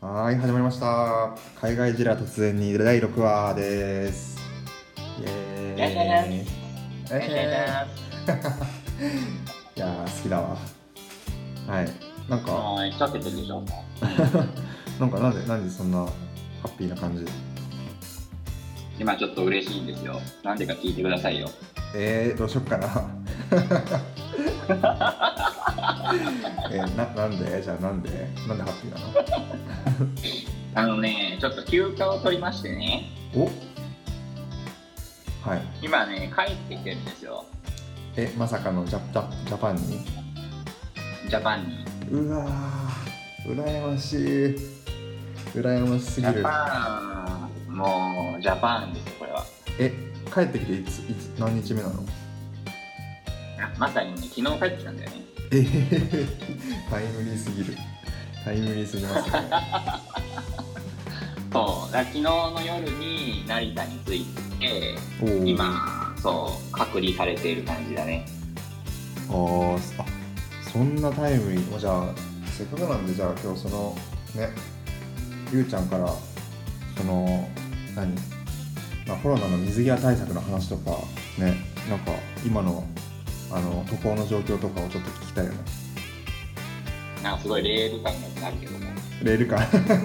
はい、始まりました。海外ジラ突然に第6話です。イエいらっしゃいまーイ。 す。いらっしゃいまいやー、好きだわ。はい。なんす。 か、 ちょっとでしょ。 なんかなんでそんなハッピーな感じ。 今ちょっと嬉しいんですよ。なんでか聞いてくださいよ。 どうしよっかな。なんでじゃあなんでハッピーなの？ ちょっと休暇を取りましてね。 お、はい。 今ね、帰ってきてるんですよ。 まさかのジャパンに？ ジャパンに。 うわー、羨ましい。羨ましすジぎる。 ャパン、もうジャパンですよ、これは。 帰ってきて何日目なの？ まさにね、昨日帰ってきたんだよね。 タイムリーすぎる。タイムリーすぎますね。 そう、だから昨日の夜に成田に着いて、今、隔離されている感じだね。 そんなタイムリー。じゃあせっかくなんで、じゃあ今日そのね、ゆうちゃんからそのコロナの水際対策の話とかね、なんか今の渡航の状況とかをちょっと聞きたいよね。 なんかすごいレール感があるけども。 レールか。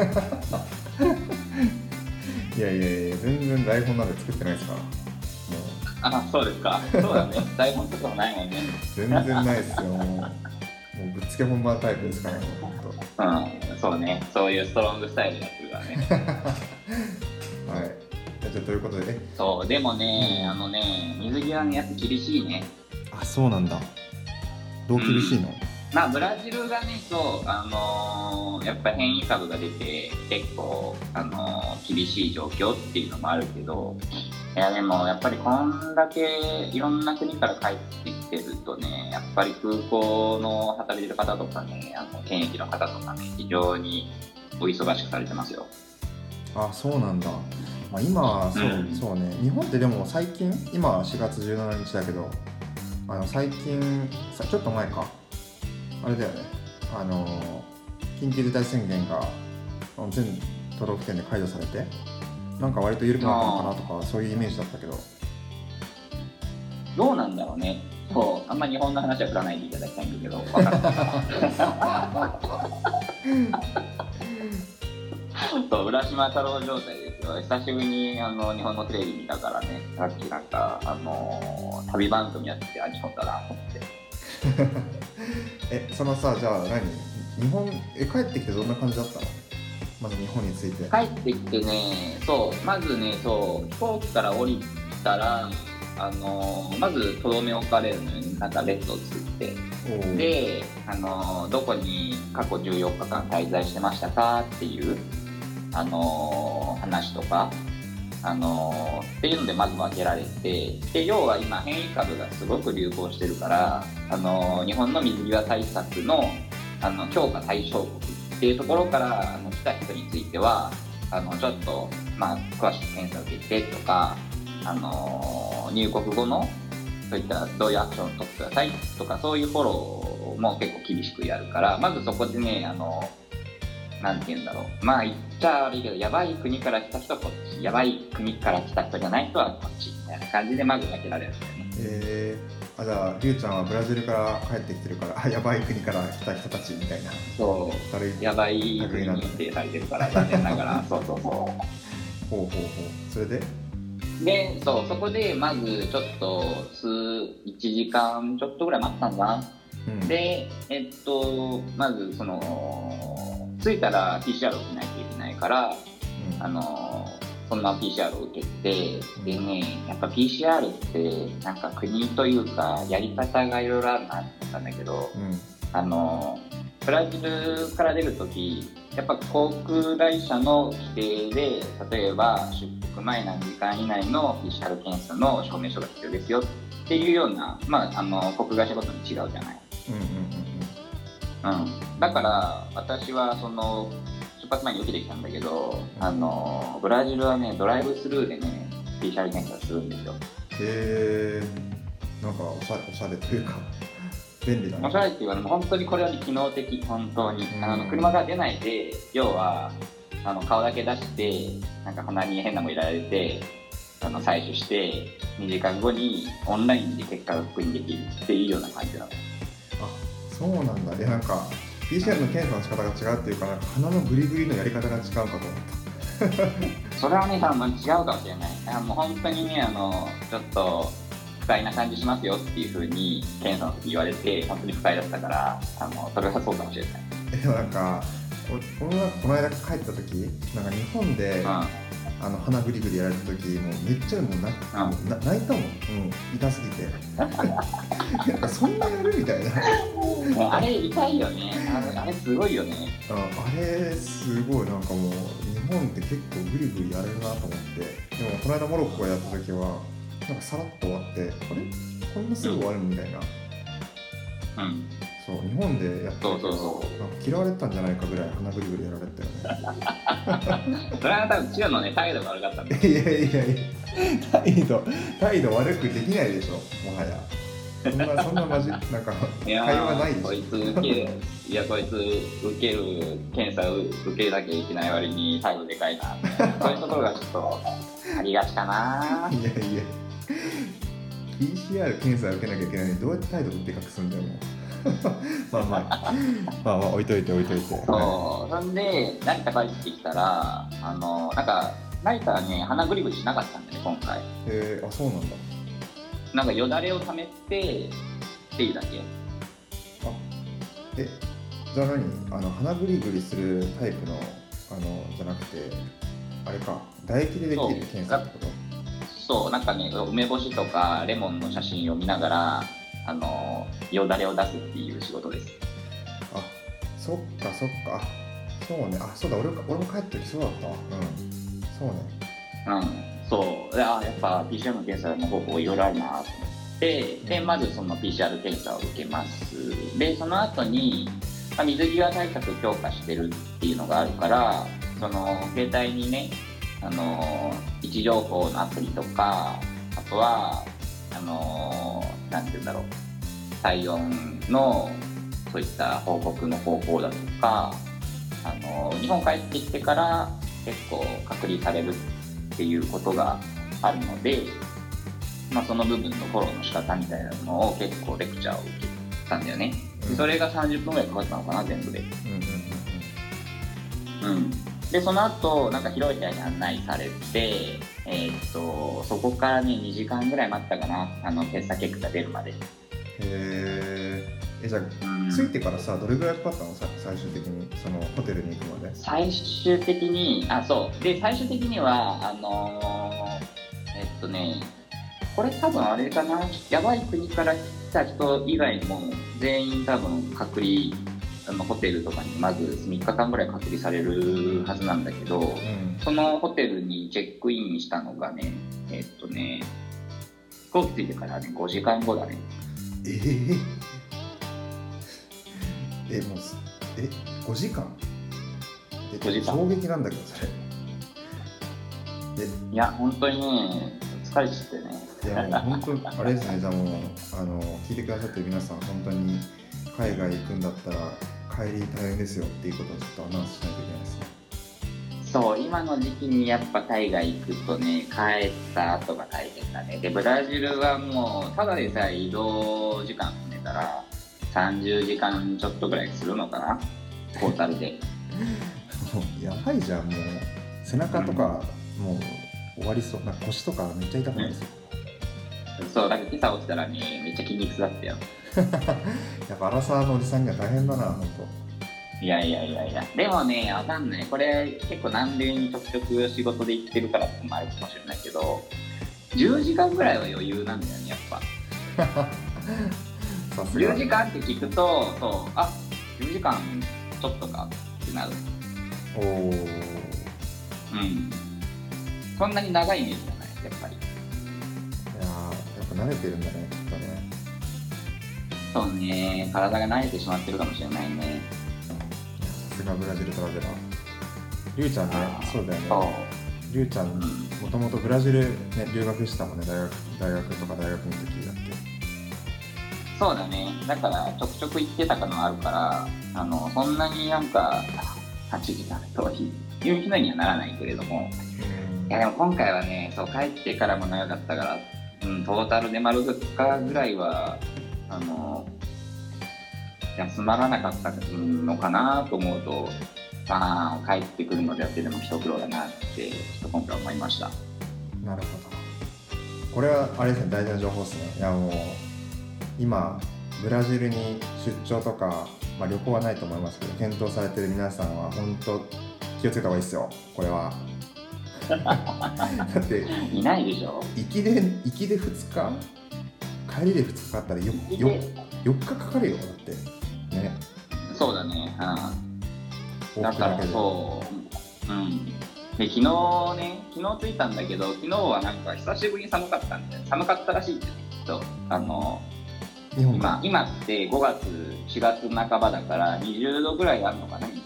いや、全然台本なんて作ってないですから。 そうですか。そうだね。台本とかもないもんね。 全然ないですよ。もうぶっつけ本番タイプですからね、ほんと。 そうね。そういうストロングスタイルやってるからね。 はい。じゃあということでそう、でもね、水際のやつ厳しいね。 そうなんだ。どう厳しいの？ ブラジルがね、やっぱ変異株が出て、結構、厳しい状況っていうのもあるけど、いやでもやっぱりこんだけいろんな国から帰ってきてるとね、やっぱり空港の働いてる方とかね、検疫の方とかね、非常にお忙しくされてますよ。 そうなんだ。今はそうね。日本ってでも最近、今は4月17日だけど、最近ちょっと前か、あれだよね。緊急事態宣言が全都道府県で解除されて、なんか割と緩くなったのかなとか、そういうイメージだったけど。 どうなんだろうね。そう、あんま日本の話は振らないでいただきたいんだけど、分かった。そう、浦島太郎状態ですよ。久しぶりに日本のテレビ見たからね、さっきなんか旅番組やってて、日本だなと思って。 そのさ、じゃあ日本帰ってきてどんな感じだったの？まず日本について。 帰ってきてね、まずね、飛行機から降りたら、まずとどめ置かれるのに、なんか列を作って、で、どこに過去14日間滞在してましたかっていう、話とか、っていうのでまず分けられて、で要は今変異株がすごく流行してるから、日本の水際対策の強化対象国っていうところから来た人についてはちょっと、詳しく検査を受けてとか、入国後のそういったどういうアクションを取ってくださいとか、そういうフォローも結構厳しくやるから、まずそこでね、なんて言うんだろう、言っちゃ悪いけど、やばい国から来た人はこっち、やばい国から来た人じゃない人はこっちみたいな感じでまず分けられるんだよね。 じゃありゅうちゃんはブラジルから帰ってきてるから、やばい国から来た人たちみたいな。 そう、やばい国に指定されてるから残念ながら。そう。 それでそこでまずちょっと1時間ちょっとぐらい待ったんだな。でまず着いたら PCR を受けないといけないから、そんな PCR を受けて、でね、やっぱ PCR ってなんか国というかやり方がいろいろあるなって思ったんだけど、ブラジルから出るとき、やっぱ航空会社の規定で、例えば出国前何時間以内の PCR 検査の証明書が必要ですよっていうような、航空会社ごとに違うじゃない。だから私は出発前に受けてきたんだけど、ブラジルはね、ドライブスルーでね PCR 検査するんですよ。 なんかおしゃれというか便利だね。 面白いっていうのは本当にこれは、ね、機能的、本当に車から出ないで、要は顔だけ出してなんか鼻に変なもん入れられて採取して2時間後にオンラインで結果が確認できるっていうような感じなの。 あ、そうなんだ。なんか PCR の検査の仕方が違うっていうか、なんか鼻のグリグリのやり方が違うかと思った。 それはね、多分違うかもしれない。もう本当にね、ちょっと不快な感じしますよっていう風に検査の時言われて、本当に不快だったから、それはそうかもしれない。 でもなんか俺がこの間帰った時、なんか日本で、鼻グリグリやられた時、もうめっちゃもう泣いたもん、痛すぎて。なんかそんなやるみたいな。 あれ痛いよね。あれすごいよね。 あれすごい、なんかもう日本って結構グリグリやれるなと思って。でもこの間モロッコやった時はなんかさらっと終わって、あれこんなすぐ終わるみたいな。そう、日本でやってなんか嫌われたんじゃないかぐらい鼻グリグリやられたよね。 それは多分チューのね、態度が悪かったんだ。 いや態度悪くできないでしょ、もはや。そんなマジなんか会話ないでしょ。 こいつ受ける検査を受けなきゃいけない割に態度でかいなみたいな、そういうところがちょっとありがちかな。 いや PCR 検査を受けなきゃいけないのにどうやって態度でかくすんだよもう。まあ置いといて。 そう、そんで成田帰ってきたらなんか成田はね、鼻グリグリしなかったんだよね今回。 あ、そうなんだ。 なんかよだれを溜めてっていうだけ。 じゃあ鼻グリグリするタイプのじゃなくてあれか、唾液でできる検査ってこと？そう、 なんかね、梅干しとかレモンの写真を見ながらよだれを出すっていう仕事です。 あ、そっかそうね。あ、そうだ、俺も帰った時そうだったわ。そうね。 そう、やっぱ PCR の検査の方法いろいろあるなと思って、でまずその PCR 検査を受けます。でその後に、水際対策強化してるっていうのがあるから、その携帯にね、位置情報のアプリとか、あとはなんて言うんだろう、体温のそういった報告の方法だとか、日本帰ってきてから結構隔離されるっていうことがあるので、その部分のフォローの仕方みたいなのを結構レクチャーを受けたんだよね。でそれが30分ぐらいかかったのかな、全部で。でその後なんか広い部屋に案内されて、そこからね2時間ぐらい待ったかな、検査結果が出るまで。 じゃあ、着いてからさ、どれぐらいかかったの？最終的にそのホテルに行くまで。 最終的に最終的にはこれ多分あれかな、やばい国から来た人以外も全員多分隔離ホテルとかにまず3日間ぐらい隔離されるはずなんだけど、そのホテルにチェックインしたのがね、飛行機着いてからね5時間後だね。 5時間 5時間衝撃なんだけどそれ。 いや本当にね、疲れちゃってね。 いやもう本当あれですね。じゃあもう聞いてくださってる皆さん、本当に海外行くんだったら帰り大変ですよっていうことをちょっとアナウンスしないといけないですね。 そう、今の時期にやっぱ海外行くとね、帰った後が大変だね。でブラジルはもうただでさえ移動時間含めたら30時間ちょっとぐらいするのかな、トータルで。 もうやばいじゃん。もう背中とか、もう終わりそう。なんか腰とかめっちゃ痛くないですよ。 そうだから今朝起きたらね、めっちゃ筋肉痛だったよ。 やっぱアラサーのおじさんには大変だな、本当。いやでもね、わかんない、これ結構南米にちょくちょく仕事で行ってるからってのもあるかもしれないけど、10時間ぐらいは余裕なんだよね、やっぱ。10時間って聞くと、10時間ちょっとかってなる。そんなに長いイメージじゃない、やっぱり。 いややっぱ慣れてるんだね、きっとね。 そうね、体が慣れてしまってるかもしれないね。 さすがブラジルトラベラー。りゅうちゃんね、そうだよね。りゅうちゃん、もともとブラジル、ね、留学したもんね、大学とか大学の時だっけ。 そうだね。だからちょくちょく行ってたのもあるから、そんなになんか8時間という機会にはならないけれども、いやでも今回はね、そう帰ってからも長かったから、トータルで丸2日ぐらいは休まらなかったのかなと思うと、まあ帰ってくるのであってでも一苦労だなってちょっと今回思いました。 なるほど。これはあれですね、大事な情報ですね。いやもう今ブラジルに出張とか、まあ、旅行はないと思いますけど検討されてる皆さんは本当気をつけた方がいいですよ、これは。だっていないでしょ。 行きで2日帰りで2日あったら 4日かかるよ。だってね。 そうだね。だからそう、で昨日着いたんだけど、昨日はなんか久しぶりに寒かったんで、寒かったらしいんですよ。今って5月4月半ばだから20度ぐらいあるのかな。で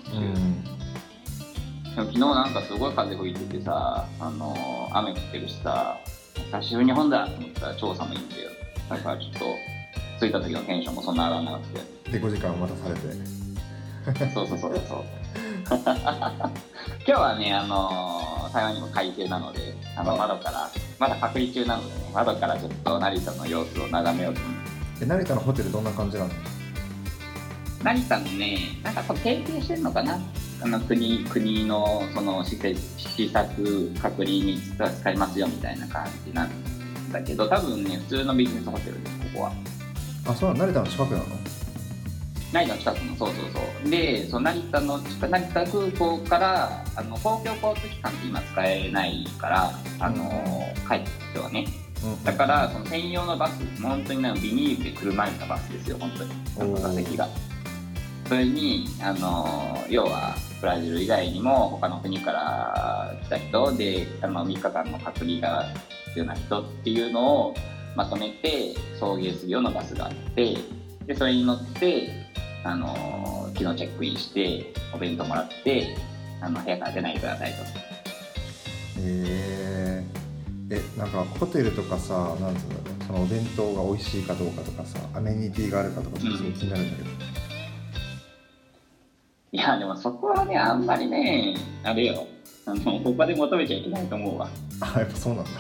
も昨日なんかすごい風吹いててさ、雨降ってるしさ、久しぶりに日本だと思ったら超寒いんだよ。だからちょっと着いた時のテンションもそんな上がらなくて。 で5時間待たされて。そう今日はね、台湾にも快晴なので、窓からまだ隔離中なのでね、窓からちょっと成田の様子を眺めようと思います。 成田のホテルどんな感じなの？ 成田のね、なんか提携してるのかな、国のその施策隔離に使いますよみたいな感じなんだけど、多分ね普通のビジネスホテルです、ここは。 あ、そうなの？成田の近くなの？ 成田の近くの、そうで、成田空港から公共交通機関って今使えないから帰ってきてはね、だからその専用のバス、本当にビニールでくるまれたバスですよ、本当に座席が。それに要はブラジル以外にも他の国から来た人で3日間の隔離が必要な人っていうのをまとめて送迎するようなバスがあって、でそれに乗って昨日チェックインしてお弁当もらって部屋から出ないでくださいと。 なんかホテルとかさ、なんつうの、そのお弁当が美味しいかどうかとかさ、アメニティがあるかとかすごい気になるんだけど、 いやでもそこはねあんまりねあれよ、他で求めちゃいけないと思うわ。 あ、やっぱそうなん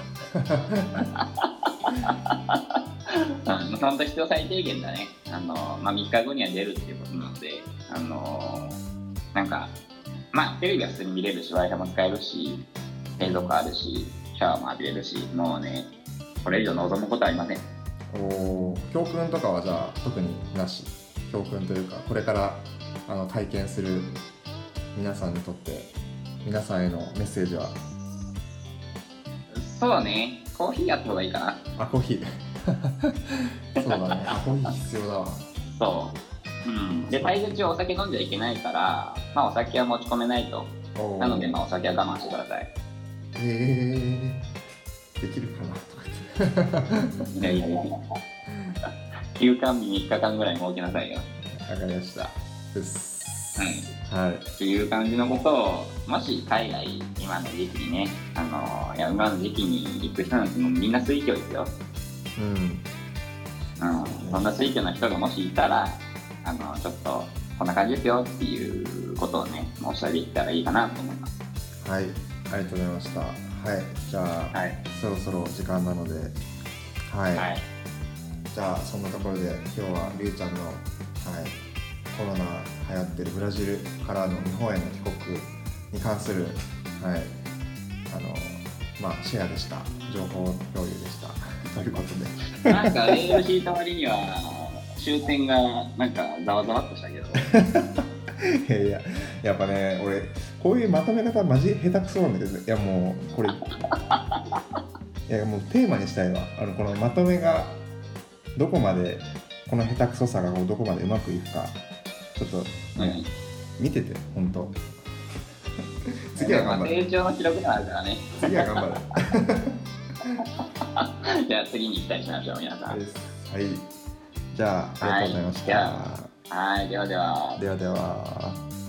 だ。 本当必要最低限だね。3日後には出るっていうことなので、なんかまあテレビは普通に見れるし Wi-Fi も使えるし冷蔵庫あるしシャワーも浴びれるし、もうねこれ以上望むことはありません。 教訓とかはじゃあ特になし？教訓というかこれから体験する皆さんにとって皆さんへのメッセージは？ そうね、コーヒーやった方がいいかな。 あ、コーヒーそうだね、コーヒー必要だわ。 そう、で対中お酒飲んじゃいけないから、まあお酒は持ち込めないと。なのでまあお酒は我慢してください。 できるかなとか言って。 いや休館日3日間ぐらい設けなさいよ。 わかりましたです。 はい。という感じのことを、もし海外今の時期にね、今の時期に行く人なんてもうみんな水郷ですよ。そんな水郷の人がもしいたら、ちょっとこんな感じですよっていうことをね、お伝えできたらいいかなと思います。 はい、ありがとうございました。はい、じゃあ、そろそろ時間なので、じゃあそんなところで今日はりゅうちゃんの、コロナ流行ってるブラジルからの日本への帰国に関する、シェアでした。情報共有でしたということで、 なんかレール敷いた割には終点がなんかざわざわっとしたけどいややっぱね、俺こういうまとめ方マジ下手くそなんだけど、いやもうこれいやもうテーマにしたいわ。このまとめがどこまで、この下手くそさがどこまでうまくいくかちょっとね、見てて本当次は頑張る。 成長の記録があるからね。 次は頑張る。じゃあ次に行きたいしましょう皆さん。 はい。じゃあありがとうございました。 はい。ではでは。 ではでは。